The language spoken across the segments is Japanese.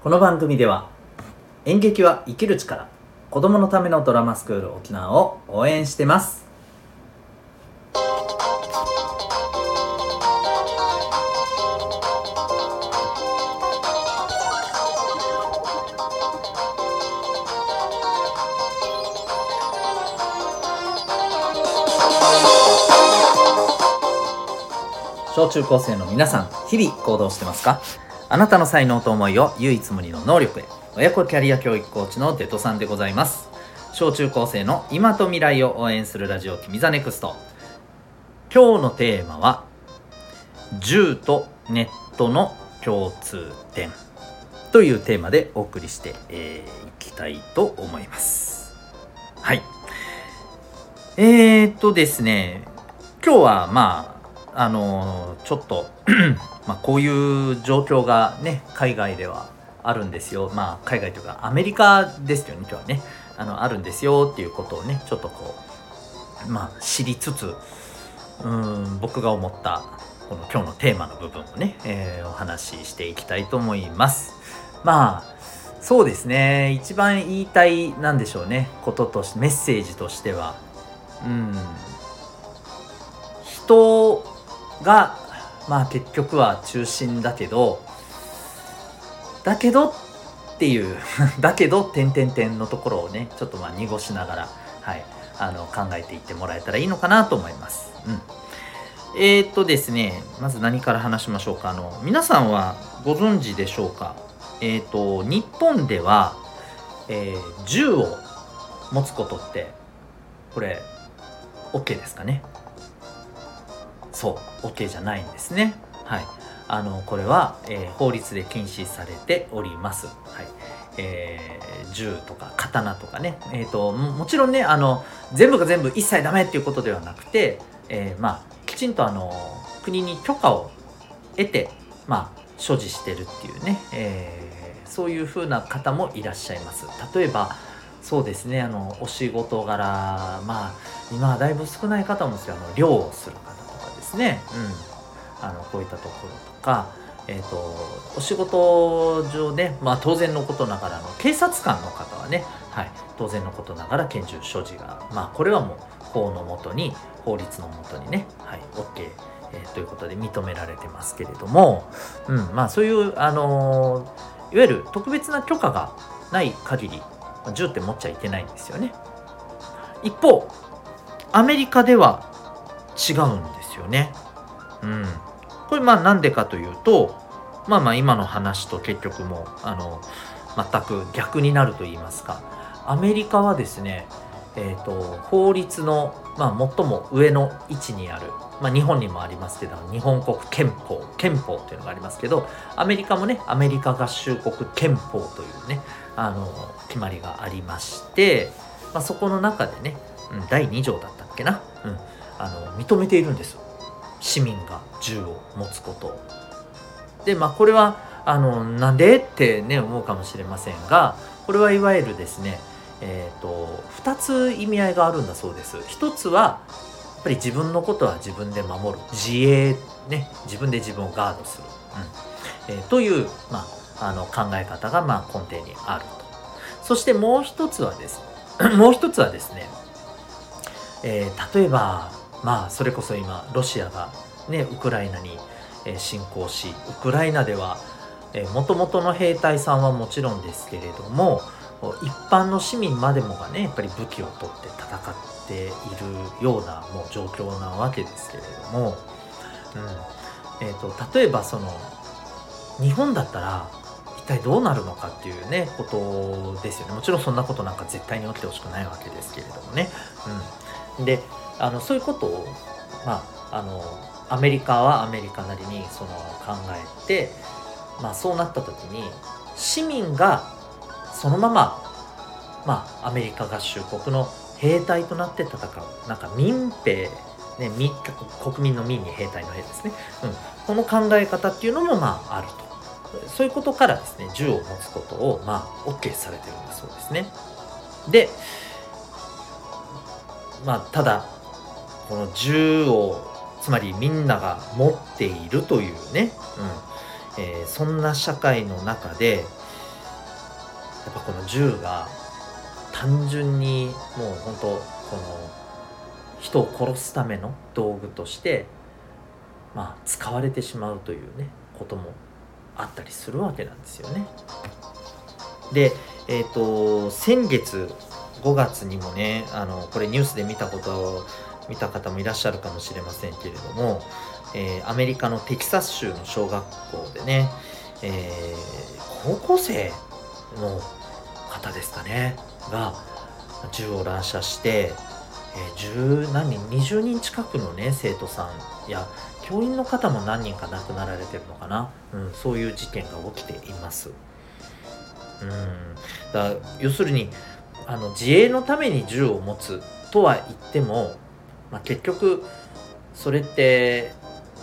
この番組では演劇は生きる力、子どものためのドラマスクール沖縄を応援してます。小中高生の皆さん、日々行動してますか？あなたの才能と思いを唯一無二の能力へ。親子キャリア教育コーチのデトさんでございます。小中高生の今と未来を応援するラジオ君ザネクスト。今日のテーマは銃とネットの共通点というテーマでお送りしていきたいと思います。はい。ですね、今日はちょっとこういう状況がね、海外ではあるんですよ。海外というかアメリカですよね、今日はね。あるんですよっていうことをね、ちょっと知りつつ、僕が思ったこの今日のテーマの部分をね、お話ししていきたいと思います。そうですね、一番言いたいなんでしょうね、こととしてメッセージとしては、人が結局は中心だけどっていうだけど点々点のところをね、ちょっと濁しながら、考えていってもらえたらいいのかなと思います。ですね、まず何から話しましょうか。皆さんはご存知でしょうか。日本では、銃を持つことってこれ OK ですかね。そう、OK じゃないんですね。これは、法律で禁止されております。銃とか刀とかね、もちろんね、全部が全部一切ダメっていうことではなくて、きちんと国に許可を得て、所持してるっていうね、そういう風な方もいらっしゃいます。例えばそうですね、お仕事柄、今はだいぶ少ない方もですけど、漁をする方とかですね、こういったところとか、お仕事上で、当然のことながら警察官の方はね、当然のことながら拳銃所持が、これはもう法の下に、法律の下にね、OK、ということで認められてますけれども、そういう、いわゆる特別な許可がない限り、銃って持っちゃいけないんですよね。一方、アメリカでは違うんですよね。これなんでかというと、今の話と結局も全く逆になると言いますか、アメリカはですね、法律の、最も上の位置にある、日本にもありますけど、日本国憲法というのがありますけど、アメリカもね、アメリカ合衆国憲法というね、決まりがありまして、そこの中でね、第2条だったっけな、認めているんです。市民が銃を持つことを。で、これはなんでってね、思うかもしれませんが、これはいわゆるですね、2つ意味合いがあるんだそうです。一つはやっぱり自分のことは自分で守る、自衛ね、自分で自分をガードする、という、考え方が根底にあると。そしてもう一つはですね、例えばそれこそ今ロシアがね、ウクライナに侵攻し、ウクライナでは元々の兵隊さんはもちろんですけれども、一般の市民までもがね、やっぱり武器を取って戦っているようなもう状況なわけですけれども、例えば日本だったら一体どうなるのかっていうね、ことですよね。もちろんそんなことなんか絶対に起きてほしくないわけですけれどもね。で、そういうことをアメリカはアメリカなりに考えて、そうなった時に市民がそのままアメリカ合衆国の兵隊となって戦う、なんか民兵ね、国民の民に兵隊の兵ですね、この考え方っていうのもあると。そういうことからですね、銃を持つことをOK されてるんだそうですね。で、ただこの銃をつまりみんなが持っているというね、そんな社会の中でやっぱこの銃が単純にもう本当この人を殺すための道具として使われてしまうというねこともあったりするわけなんですよね。で、先月5月にもねこれニュースで見た方もいらっしゃるかもしれませんけれども、アメリカのテキサス州の小学校でね、高校生の方ですかねが銃を乱射して、十何人20人近くのね生徒さんや教員の方も何人か亡くなられてるのかな、そういう事件が起きています。要するに自衛のために銃を持つとは言っても、結局それって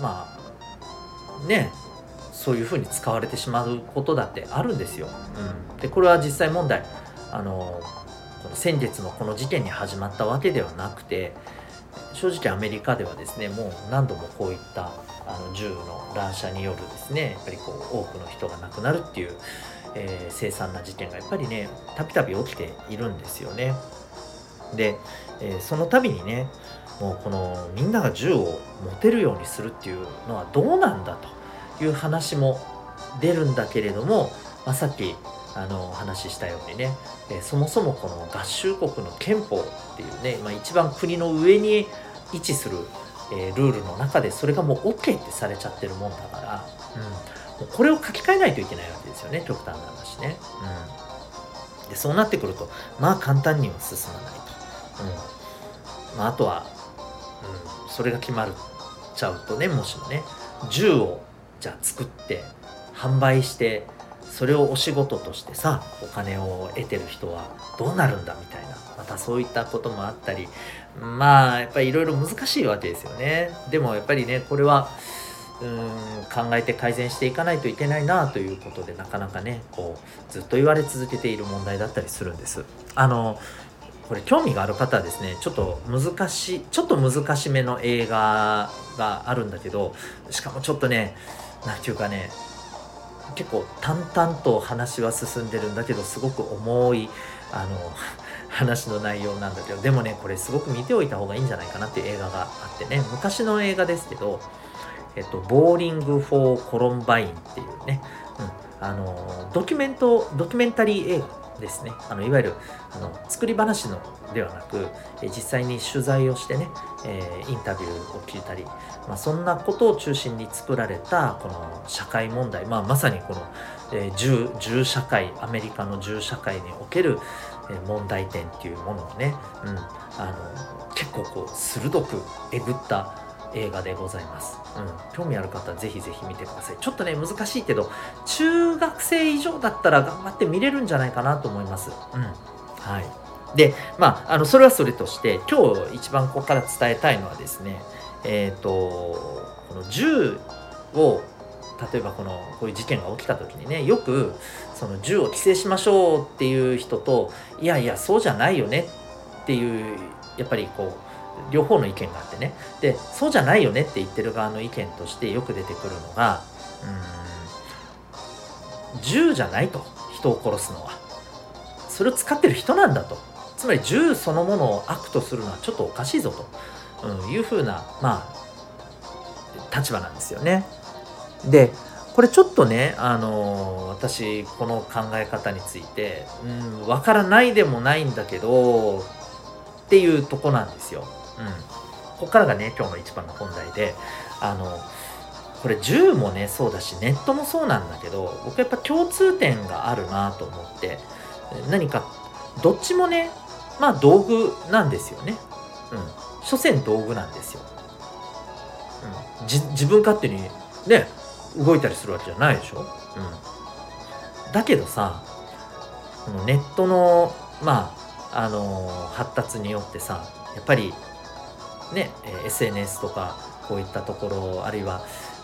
そういうふうに使われてしまうことだってあるんですよ。でこれは実際問題この先月のこの事件に始まったわけではなくて、正直アメリカではですねもう何度もこういった銃の乱射によるですねやっぱり多くの人が亡くなるっていう、凄惨な事件がやっぱりねたびたび起きているんですよね。で、その度にねもうこのみんなが銃を持てるようにするっていうのはどうなんだという話も出るんだけれども、さっき話したようにね、そもそもこの合衆国の憲法っていうね、一番国の上に位置する、ルールの中でそれがもう OK ってされちゃってるもんだから、もうこれを書き換えないといけないわけですよね、極端な話ね。でそうなってくると簡単には進まないと。あとは、それが決まっちゃうとねもしもね銃をじゃあ作って販売してそれをお仕事としてさお金を得てる人はどうなるんだみたいな、またそういったこともあったり、やっぱりいろいろ難しいわけですよね。でもやっぱりねこれは考えて改善していかないといけないなということで、なかなかねずっと言われ続けている問題だったりするんです。これ興味がある方はですねちょっと難しめの映画があるんだけど、しかもちょっとねなんていうかね結構淡々と話は進んでるんだけどすごく重い話の内容なんだけど、でもねこれすごく見ておいた方がいいんじゃないかなっていう映画があってね、昔の映画ですけどボーリング・フォー・コロンバインっていうね、ドキュメンタリー映画ですね。いわゆる作り話のではなく、実際に取材をしてね、インタビューを聞いたり、そんなことを中心に作られたこの社会問題、まさにこの、銃社会、アメリカの銃社会における、問題点っていうものをね、結構鋭くえぐった映画でございます。興味ある方はぜひぜひ見てください。ちょっとね難しいけど中学生以上だったら頑張って見れるんじゃないかなと思います。はい。でそれはそれとして今日一番ここから伝えたいのはですねこの銃を例えばこういう事件が起きた時にねよくその銃を規制しましょうっていう人といやいやそうじゃないよねっていうやっぱり両方の意見があってね、でそうじゃないよねって言ってる側の意見としてよく出てくるのが銃じゃないと、人を殺すのはそれを使ってる人なんだと、つまり銃そのものを悪とするのはちょっとおかしいぞと、いうふうな立場なんですよね。でこれちょっとね私この考え方についてわからないでもないんだけどっていうとこなんですよ。ここからがね今日の一番の本題でこれ銃もねそうだしネットもそうなんだけど、僕やっぱ共通点があるなと思って、何かどっちもね道具なんですよね。所詮道具なんですよ。自分勝手にね動いたりするわけじゃないでしょ。だけどさこのネットの発達によってさやっぱりね、SNS とかこういったところあるいは、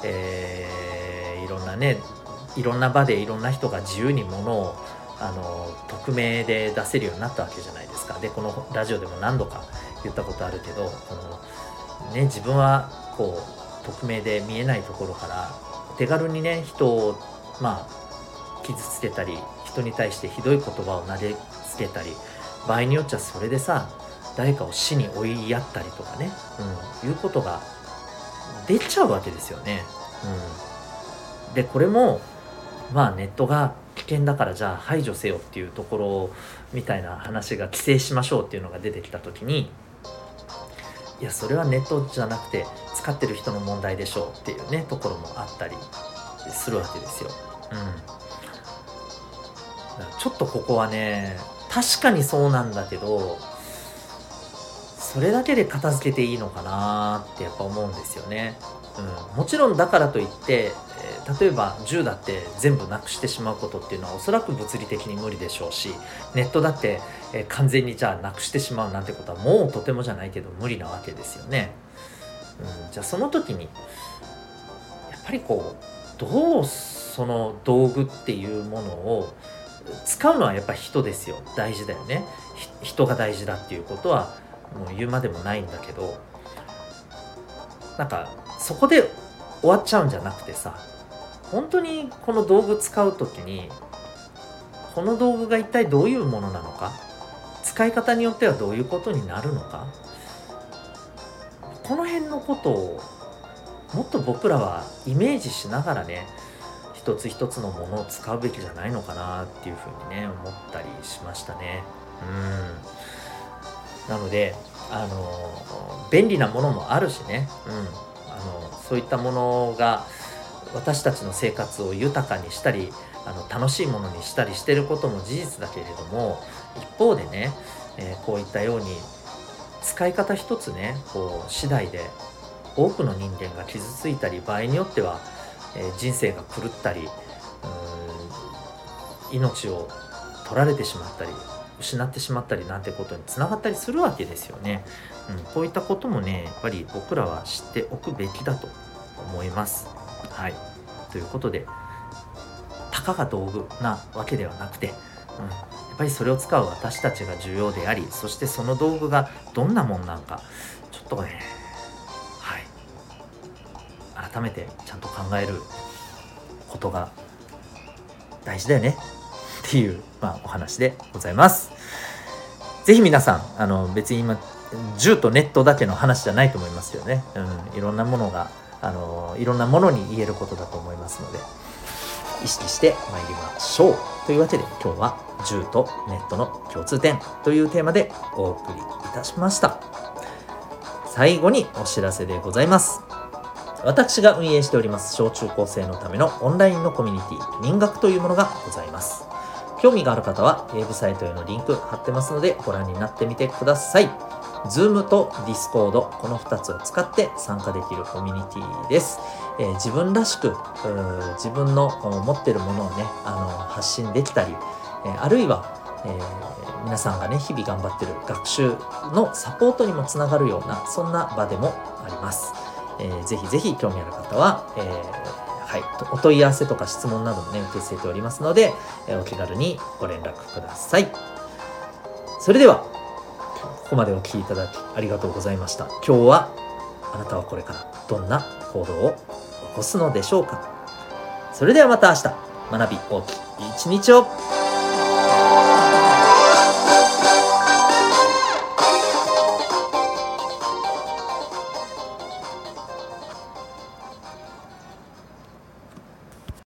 いろんな場でいろんな人が自由にものを匿名で出せるようになったわけじゃないですか。でこのラジオでも何度か言ったことあるけど自分は匿名で見えないところから手軽にね人を傷つけたり人に対してひどい言葉を投げつけたり、場合によっちゃそれでさ誰かを死に追いやったりとかね、いうことが出ちゃうわけですよね。でこれもまあネットが危険だからじゃあ排除せよっていうところみたいな話が規制しましょうっていうのが出てきた時に、いやそれはネットじゃなくて使ってる人の問題でしょうっていうねところもあったりするわけですよ。だからちょっとここはね確かにそうなんだけど、それだけで片付けていいのかなってやっぱ思うんですよね。もちろんだからといって、例えば銃だって全部なくしてしまうことっていうのはおそらく物理的に無理でしょうし、ネットだって、完全にじゃあなくしてしまうなんてことはもうとてもじゃないけど無理なわけですよね。じゃあその時にやっぱりこうどうその道具っていうものを使うのはやっぱ人ですよ。大事だよね。人が大事だっていうことはもう言うまでもないんだけど、なんかそこで終わっちゃうんじゃなくてさ、本当にこの道具使う時にこの道具が一体どういうものなのか、使い方によってはどういうことになるのか、この辺のことをもっと僕らはイメージしながらね一つ一つのものを使うべきじゃないのかなっていうふうにね思ったりしましたね。なので便利なものもあるしね、そういったものが私たちの生活を豊かにしたり楽しいものにしたりしてることも事実だけれども、一方でね、こういったように使い方一つねこう次第で多くの人間が傷ついたり、場合によっては、人生が狂ったり命を取られてしまったり失ってしまったりなんてことにつながったりするわけですよね。こういったこともねやっぱり僕らは知っておくべきだと思います。はい、ということでたかが道具なわけではなくて、やっぱりそれを使う私たちが重要であり、そしてその道具がどんなもんなんかちょっとね、改めてちゃんと考えることが大事だよねっていう、お話でございます。ぜひ皆さん別に今銃とネットだけの話じゃないと思いますよね。いろんなものがいろんなものに言えることだと思いますので意識してまいりましょう。というわけで今日は銃とネットの共通点というテーマでお送りいたしました。最後にお知らせでございます。私が運営しております小中高生のためのオンラインのコミュニティ民学というものがございます。興味がある方はウェブサイトへのリンク貼ってますのでご覧になってみてください。Zoom と Discord この2つを使って参加できるコミュニティです。自分らしく自分の持ってるものをね発信できたり、あるいは、皆さんがね日々頑張ってる学習のサポートにもつながるようなそんな場でもあります。ぜひぜひ興味ある方は、お問い合わせとか質問などもね受け付けておりますので、お気軽にご連絡ください。それではここまでお聞きいただきありがとうございました。今日はあなたはこれからどんな行動を起こすのでしょうか。それではまた明日学び大きい一日を。